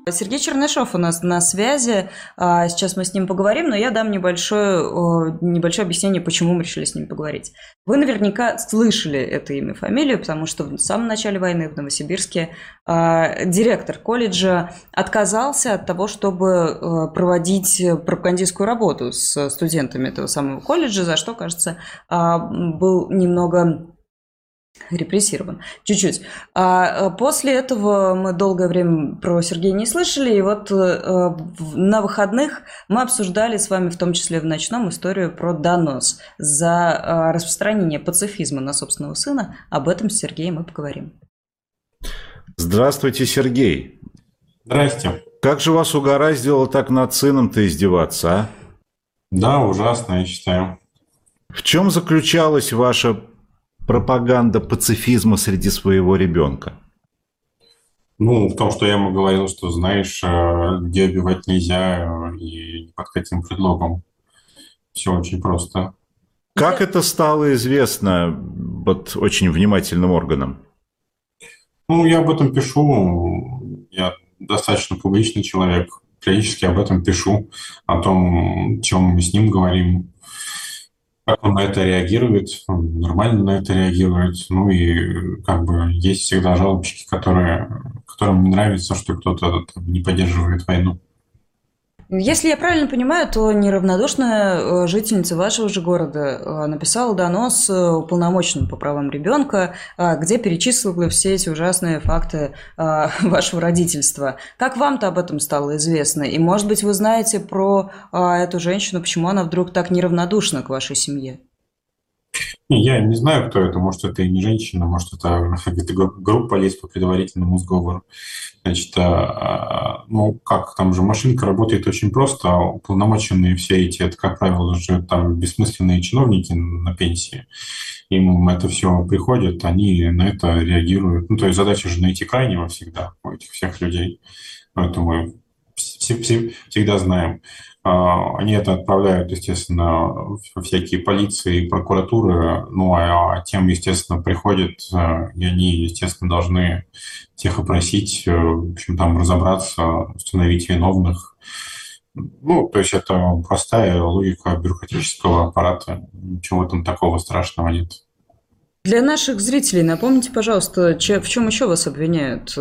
Сергей Чернышов у нас на связи. Сейчас мы с ним поговорим, но я дам небольшое объяснение, почему мы решили с ним поговорить. Вы наверняка слышали это имя, фамилию, потому что в самом начале войны в Новосибирске директор колледжа отказался от того, чтобы проводить пропагандистскую работу с студентами этого самого колледжа, за что, кажется, был немного репрессирован. Чуть-чуть. После этого мы долгое время про Сергея не слышали, и вот на выходных мы обсуждали с вами, в том числе в ночном, историю про донос за распространение пацифизма на собственного сына. Об этом с Сергеем мы поговорим. Здравствуйте, Сергей. Здрасте. Как же вас угораздило так над сыном-то издеваться, а? Да, ужасно, я считаю. В чем заключалась ваша пропаганда пацифизма среди своего ребенка? В том, что я ему говорил, что знаешь, где убивать нельзя, и ни под каким предлогом. Все очень просто. Как это стало известно вот очень внимательным органам? Я об этом пишу. Я достаточно публичный человек. Периодически об этом пишу, о том, чем мы с ним говорим. Как он на это реагирует, он нормально на это реагирует. И есть всегда жалобщики, которым не нравится, что кто-то не поддерживает войну. Если я правильно понимаю, то неравнодушная жительница вашего же города написала донос уполномоченному по правам ребенка, где перечислила все эти ужасные факты вашего родительства. Как вам-то об этом стало известно? И, может быть, вы знаете про эту женщину, почему она вдруг так неравнодушна к вашей семье? Я не знаю, кто это. Может, это и не женщина, может, это какая-то группа лиц по предварительному сговору. Значит, там же машинка работает очень просто. Уполномоченные все эти, это, как правило, же там бессмысленные чиновники на пенсии. Им это все приходит, они на это реагируют. То есть задача же найти крайнего всегда у этих всех людей. Это мы всегда знаем. Они это отправляют, естественно, во всякие полиции и прокуратуры, а тем, естественно, приходят, и они, естественно, должны всех опросить, в общем, там разобраться, установить виновных. То есть это простая логика бюрократического аппарата, ничего там такого страшного нет. Для наших зрителей напомните, пожалуйста, в чем еще вас обвиняют?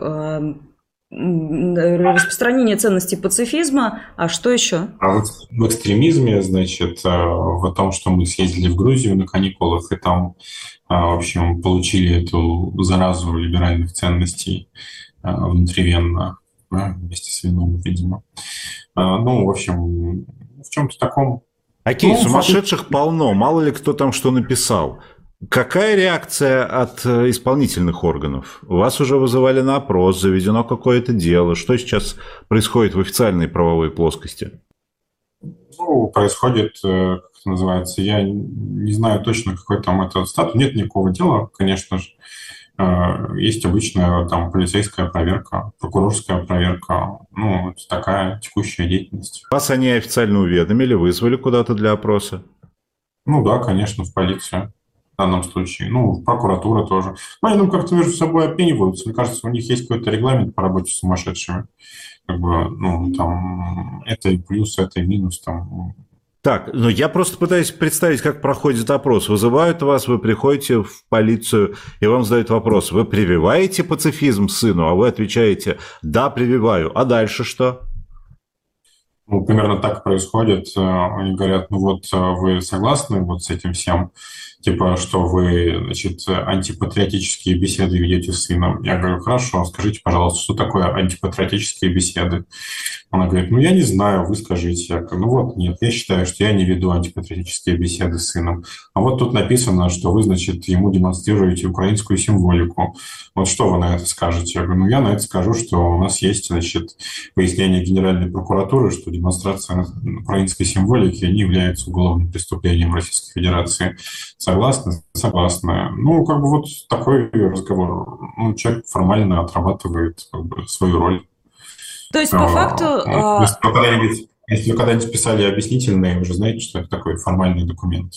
Распространение ценностей пацифизма, а что еще? В экстремизме, значит, в том, что мы съездили в Грузию на каникулах, и там, в общем, получили эту заразу либеральных ценностей внутривенно, вместе с вином, видимо. В общем, в чем-то таком. Окей, сумасшедших полно, мало ли кто там что написал. Какая реакция от исполнительных органов? Вас уже вызывали на опрос, заведено какое-то дело. Что сейчас происходит в официальной правовой плоскости? Происходит, как это называется, я не знаю точно, какой там это статус. Нет никакого дела, конечно же. Есть обычная там полицейская проверка, прокурорская проверка. Это такая текущая деятельность. Вас они официально уведомили, вызвали куда-то для опроса? Да, конечно, в полицию. В данном случае. Прокуратура тоже. Они там как-то между собой обмениваются. Мне кажется, у них есть какой-то регламент по работе с сумасшедшими. Там это и плюс, это и минус. Так, я просто пытаюсь представить, как проходит опрос. Вызывают вас, вы приходите в полицию, и вам задают вопрос. Вы прививаете пацифизм сыну? А вы отвечаете: да, прививаю. А дальше что? Примерно так происходит. Они говорят: вы согласны с этим всем? Типа, что вы, значит, антипатриотические беседы ведете с сыном. Я говорю: хорошо, скажите, пожалуйста, что такое антипатриотические беседы? Она говорит: я не знаю, вы скажите. Я говорю: нет, я считаю, что я не веду антипатриотические беседы с сыном. А вот тут написано, что вы, значит, ему демонстрируете украинскую символику. Что вы на это скажете? Я говорю: я на это скажу, что у нас есть, значит, выяснение Генеральной прокуратуры, что демонстрация украинской символики не является уголовным преступлением Российской Федерации. Согласны? Согласны. Такой разговор. Человек формально отрабатывает свою роль. То есть, по факту... Если вы когда-нибудь писали объяснительные, вы же знаете, что это такой формальный документ.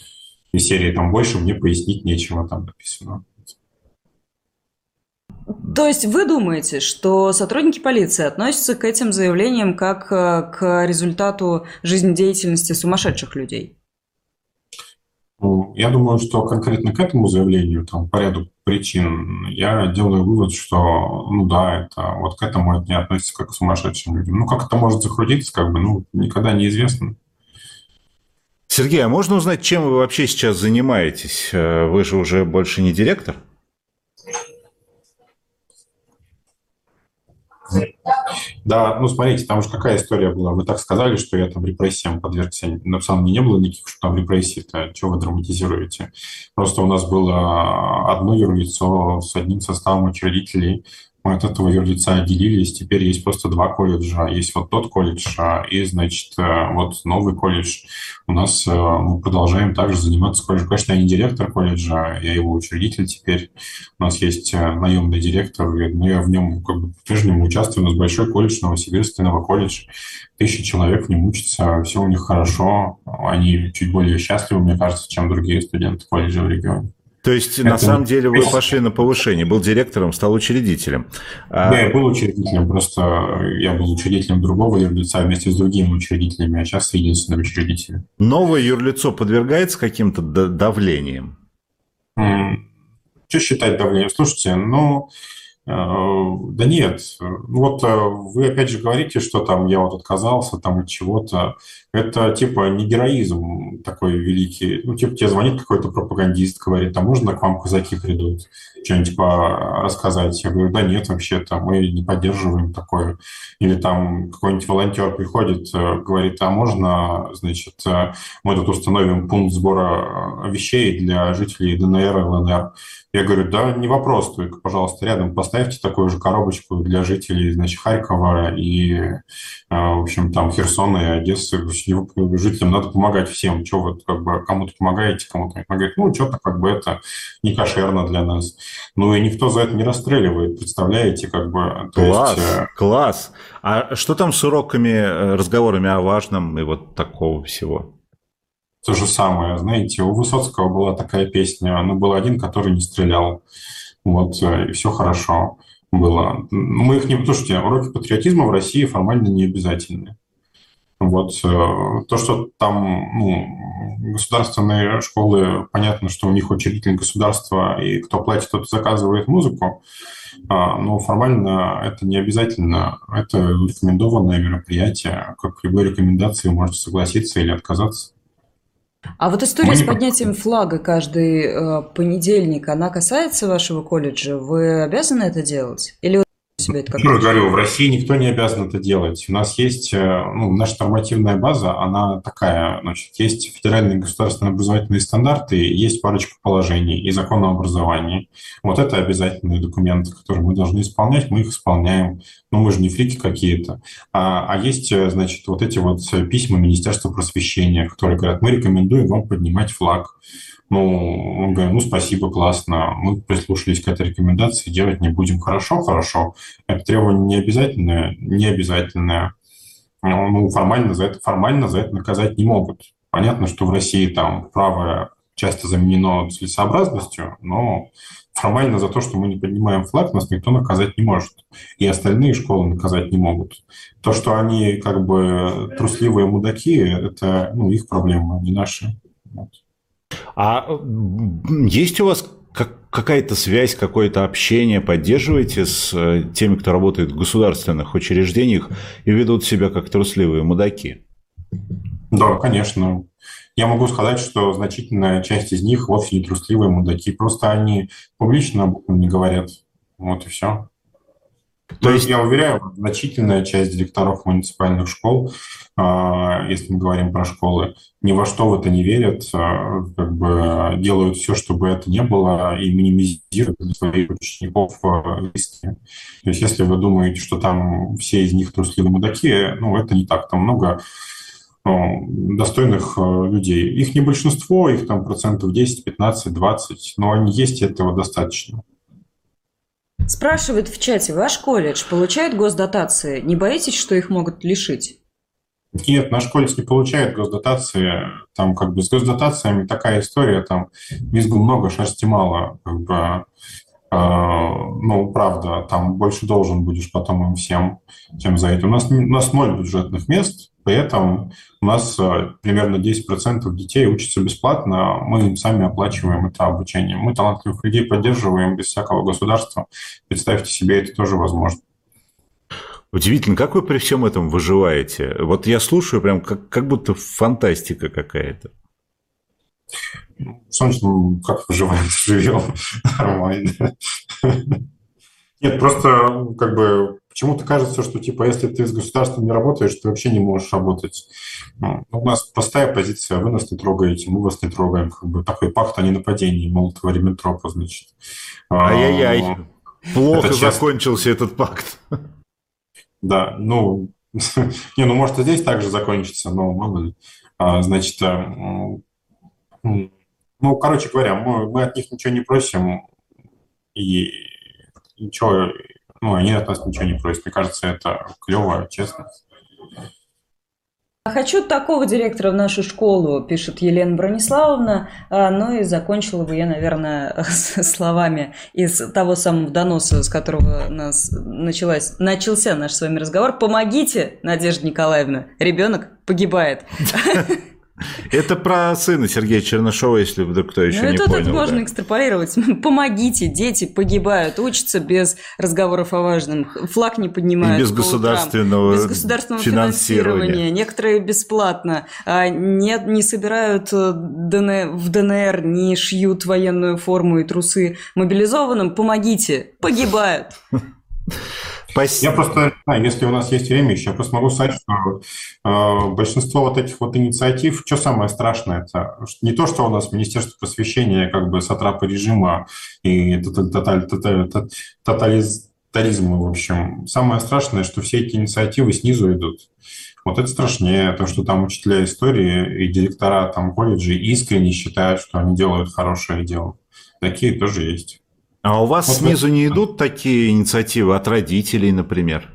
Из серии там больше мне пояснить нечего, там написано. То есть вы думаете, что сотрудники полиции относятся к этим заявлениям как к результату жизнедеятельности сумасшедших людей? Ну, я думаю, что конкретно к этому заявлению, там, по ряду причин, я делаю вывод, что, ну да, это вот к этому это не относится как к сумасшедшим людям. Ну, как это может закрутиться, как бы, ну, никогда неизвестно. Сергей, а можно узнать, чем вы вообще сейчас занимаетесь? Вы же уже больше не директор? Да, ну смотрите, там же какая история была. Вы так сказали, что я там репрессиям подвергся. На самом деле не было никаких, что там репрессий-то. Чего вы драматизируете? Просто у нас было одно юрлицо с одним составом учредителей. Мы от этого юрлица отделились. Теперь есть просто два колледжа. Есть вот тот колледж и, значит, вот новый колледж. У нас мы продолжаем также заниматься колледжем. Конечно, я не директор колледжа, я его учредитель теперь. У нас есть наемный директор, но я в нем как бы по-прежнему участвую. У нас большой колледж, Новосибирский колледж. 1000 человек в нем учатся, все у них хорошо. Они чуть более счастливы, мне кажется, чем другие студенты колледжа в регионе. То есть, Это на самом не... деле, вы пошли на повышение. Был директором, стал учредителем. Да, я был учредителем, просто я был учредителем другого юрлица вместе с другими учредителями, а сейчас единственным учредителем. Новое юрлицо подвергается каким-то давлениям? Что считать давлением? Слушайте, ну, да нет. Вот вы опять же говорите, что там я вот отказался там от чего-то. Это типа не героизм такой великий. Ну, типа тебе звонит какой-то пропагандист, говорит, а можно к вам казаки придут? Что-нибудь типа рассказать? Я говорю, да нет, вообще-то мы не поддерживаем такое. Или там какой-нибудь волонтер приходит, говорит, а можно, значит, мы тут установим пункт сбора вещей для жителей ДНР и ЛНР. Я говорю, да, не вопрос, только, пожалуйста, рядом поставьте такую же коробочку для жителей, значит, Харькова и, в общем, там, Херсона и Одессы. Жителям надо помогать всем. Что вы как бы кому-то помогаете, кому-то не помогаете. Ну, что-то как бы это не кошерно для нас. Ну, и никто за это не расстреливает, представляете, как бы. Класс, класс. А что там с уроками, разговорами о важном и вот такого всего? То же самое, знаете, у Высоцкого была такая песня, но был один, который не стрелял, вот, и все хорошо было. Мы их не... Слушайте, уроки патриотизма в России формально не обязательны. Вот, то, что там, ну, государственные школы, понятно, что у них учредитель государства, и кто платит, тот заказывает музыку, но формально это не обязательно. Это рекомендованное мероприятие. Как в любой рекомендации вы можете согласиться или отказаться. А вот история с поднятием флага каждый понедельник, она касается вашего колледжа? Вы обязаны это делать? Или вы себе это как-то... Я говорю, в России никто не обязан это делать. У нас есть, ну, наша нормативная база, она такая, значит, есть федеральные государственные образовательные стандарты, есть парочка положений и закон о образовании. Вот это обязательные документы, которые мы должны исполнять, мы их исполняем. Но мы же не фрики какие-то. А есть, значит, вот эти вот письма Министерства просвещения, которые говорят, мы рекомендуем вам поднимать флаг. Ну, мы говорим, ну, спасибо, классно. Мы прислушались к этой рекомендации, делать не будем. Хорошо, хорошо. Это требование не обязательное, не обязательное. Ну, формально за это наказать не могут. Понятно, что в России там правое часто заменено целесообразностью, но формально за то, что мы не поднимаем флаг, нас никто наказать не может. И остальные школы наказать не могут. То, что они как бы трусливые мудаки, это, ну, их проблема, не наши. Вот. А есть у вас какая-то связь, какое-то общение, поддерживаете с теми, кто работает в государственных учреждениях и ведут себя как трусливые мудаки? Да, конечно. Я могу сказать, что значительная часть из них вовсе не трусливые мудаки, просто они публично об этом не говорят. Вот и все. То есть, я уверяю, значительная часть директоров муниципальных школ, если мы говорим про школы, ни во что в это не верят, как бы делают все, чтобы это не было, и минимизируют для своих учеников риски. То есть, если вы думаете, что там все из них трусливые мудаки, ну, это не так. Там много достойных людей. Их не большинство, их там процентов 10, 15, 20, но они есть, и этого достаточно. Спрашивают в чате, ваш колледж получает госдотации? Не боитесь, что их могут лишить? Нет, наш колледж не получает госдотации. Там как бы с госдотациями такая история, там визгу много, шерсти мало. Как бы, Ну, правда, там больше должен будешь потом им всем тем за это. У нас 0 бюджетных мест, при этом у нас примерно 10% детей учатся бесплатно, мы им сами оплачиваем это обучение. Мы талантливых людей поддерживаем без всякого государства. Представьте себе, это тоже возможно. Удивительно, как вы при всем этом выживаете? Вот я слушаю, прям как будто фантастика какая-то. Солнечном, как выживаем, живем нормально. Нет, просто как бы почему-то кажется, что типа если ты с государством не работаешь, ты вообще не можешь работать. Ну, у нас простая позиция: вы нас не трогаете, мы вас не трогаем. Как бы такой пакт о ненападении молотого Риббентропа, значит. Ай-яй-яй, плохо Это закончился этот пакт. Да, ну, не, ну может и здесь также закончится, но мало ли. Значит, ну, короче говоря, мы от них ничего не просим, и ничего, ну, они от нас ничего не просят. Мне кажется, это клево, честно. Хочу такого директора в нашу школу, пишет Елена Брониславовна. Ну и закончила бы я, наверное, словами из того самого доноса, с которого начался наш с вами разговор. Помогите, Надежда Николаевна, ребенок погибает. Это про сына Сергея Чернышова, если вдруг кто еще не понял. Это можно экстраполировать. Помогите, дети погибают, учатся без разговоров о важном, флаг не поднимают. И без государственного финансирования. Некоторые бесплатно. Не собирают в ДНР, не шьют военную форму и трусы мобилизованным. Помогите, погибают. Я просто, если у нас есть время еще, я просто могу сказать, что большинство вот этих вот инициатив, что самое страшное, это не то, что у нас Министерство просвещения как бы сатрапы режима и тоталитаризма, в общем. Самое страшное, что все эти инициативы снизу идут. Вот это страшнее, то, что там учителя истории и директора там колледжей искренне считают, что они делают хорошее дело. Такие тоже есть. А у вас снизу не идут такие инициативы от родителей, например?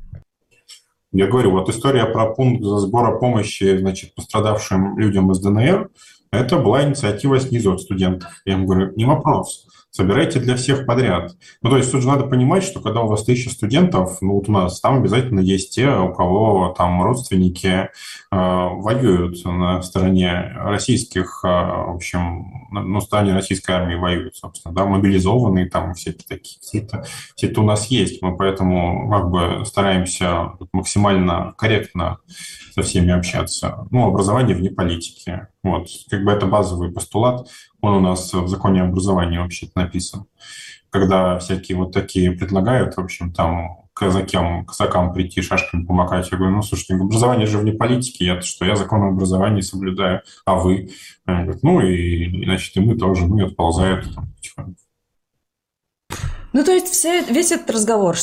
Я говорю, вот история про пункт сбора помощи, значит, пострадавшим людям из ДНР, это была инициатива снизу от студентов. Я им говорю, не вопрос, собирайте для всех подряд. Ну, то есть тут же надо понимать, что когда у вас 1000 студентов, ну, вот у нас там обязательно есть те, у кого там родственники воюют на стороне российских, в общем, на стороне российской армии воюют, собственно, да, мобилизованные там всякие такие. Все это у нас есть. Мы поэтому как бы стараемся максимально корректно со всеми общаться. Ну, образование вне политики. Вот. Как бы это базовый постулат. Он у нас в законе образования вообще-то написан. Когда всякие вот такие предлагают, в общем, там казакам прийти, шашками помакать. Я говорю, ну, слушайте, образование же вне политики. Я-то что? Я закон об образовании соблюдаю, а вы? Они говорят, ну, и значит, и мы тоже. Мы отползают там потихоньку. Ну, то есть весь этот разговор,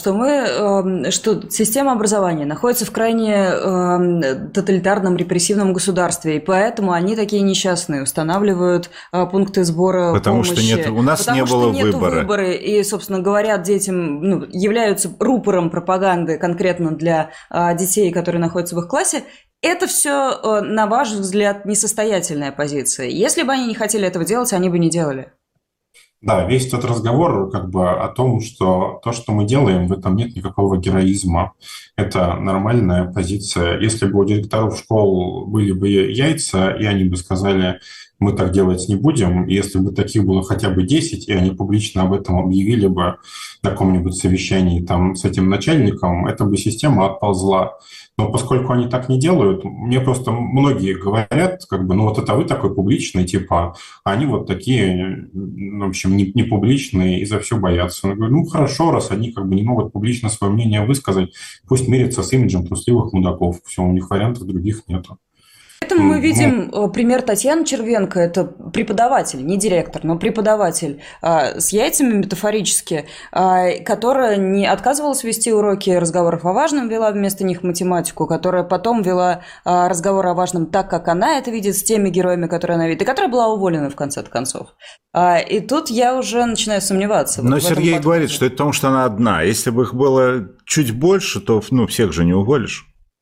что система образования находится в крайне тоталитарном репрессивном государстве, и поэтому они такие несчастные, устанавливают пункты сбора потому помощи. Что у нас не было выбора. И, собственно, говорят детям, являются рупором пропаганды конкретно для детей, которые находятся в их классе. Это все, на ваш взгляд, несостоятельная позиция. Если бы они не хотели этого делать, они бы не делали. Да, весь этот разговор как бы о том, что то, что мы делаем, в этом нет никакого героизма. Это нормальная позиция. Если бы у директоров школ были бы яйца, и они бы сказали, мы так делать не будем, и если бы таких было хотя бы 10, и они публично об этом объявили бы на каком-нибудь совещании там с этим начальником, эта бы система отползла. Но поскольку они так не делают, мне просто многие говорят, как бы, ну вот это вы такой публичный, типа, а они вот такие, в общем, не публичные и за все боятся. Я говорю, ну хорошо, раз они как бы не могут публично свое мнение высказать, пусть мирятся с имиджем трусливых мудаков. Все, у них вариантов других нету. Поэтому мы видим пример Татьяны Червенко, это преподаватель, не директор, но преподаватель с яйцами метафорически, которая не отказывалась вести уроки разговоров о важном, вела вместо них математику, которая потом вела разговоры о важном так, как она это видит, с теми героями, которые она видит, и которая была уволена в конце концов. И тут я уже начинаю сомневаться. Но Сергей говорит, что это потому, что она одна. Если бы их было чуть больше, то всех же не уволишь.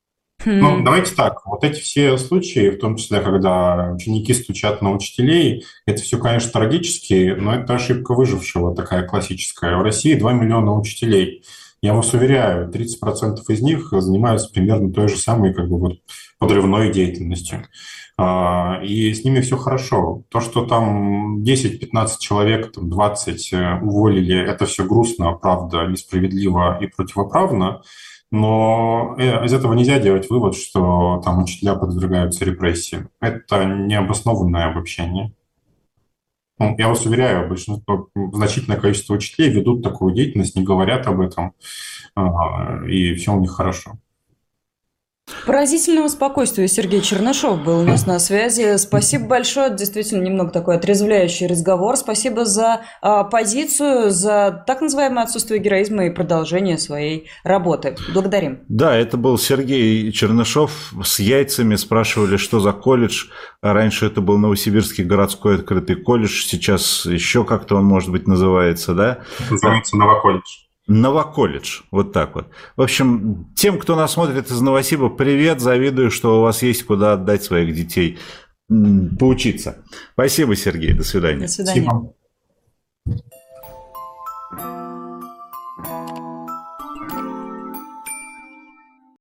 Ну, давайте так, вот эти все случаи, в том числе, когда ученики стучат на учителей, это все, конечно, трагически, но это ошибка выжившего, такая классическая. В России 2 миллиона учителей. Я вас уверяю, 30% из них занимаются примерно той же самой как бы, вот, подрывной деятельностью. И с ними все хорошо. То, что там 10-15 человек, там 20 уволили, это все грустно, правда, несправедливо и противоправно. Но из этого нельзя делать вывод, что там учителя подвергаются репрессиям. Это необоснованное обобщение. Ну, я вас уверяю, большинство, значительное количество учителей ведут такую деятельность, не говорят об этом, и все у них хорошо. Поразительного спокойствия Сергей Чернышов был у нас на связи. Спасибо большое. Действительно, немного такой отрезвляющий разговор. Спасибо за позицию, за так называемое отсутствие героизма и продолжение своей работы. Благодарим. Да, это был Сергей Чернышов. С яйцами спрашивали, что за колледж. Раньше это был Новосибирский городской открытый колледж. Сейчас еще как-то он, может быть, называется, да? Называется Новоколледж. Новоколледж, вот так вот. В общем, тем, кто нас смотрит из Новосиба, привет, завидую, что у вас есть куда отдать своих детей поучиться. Спасибо, Сергей, до свидания. До свидания. Спасибо.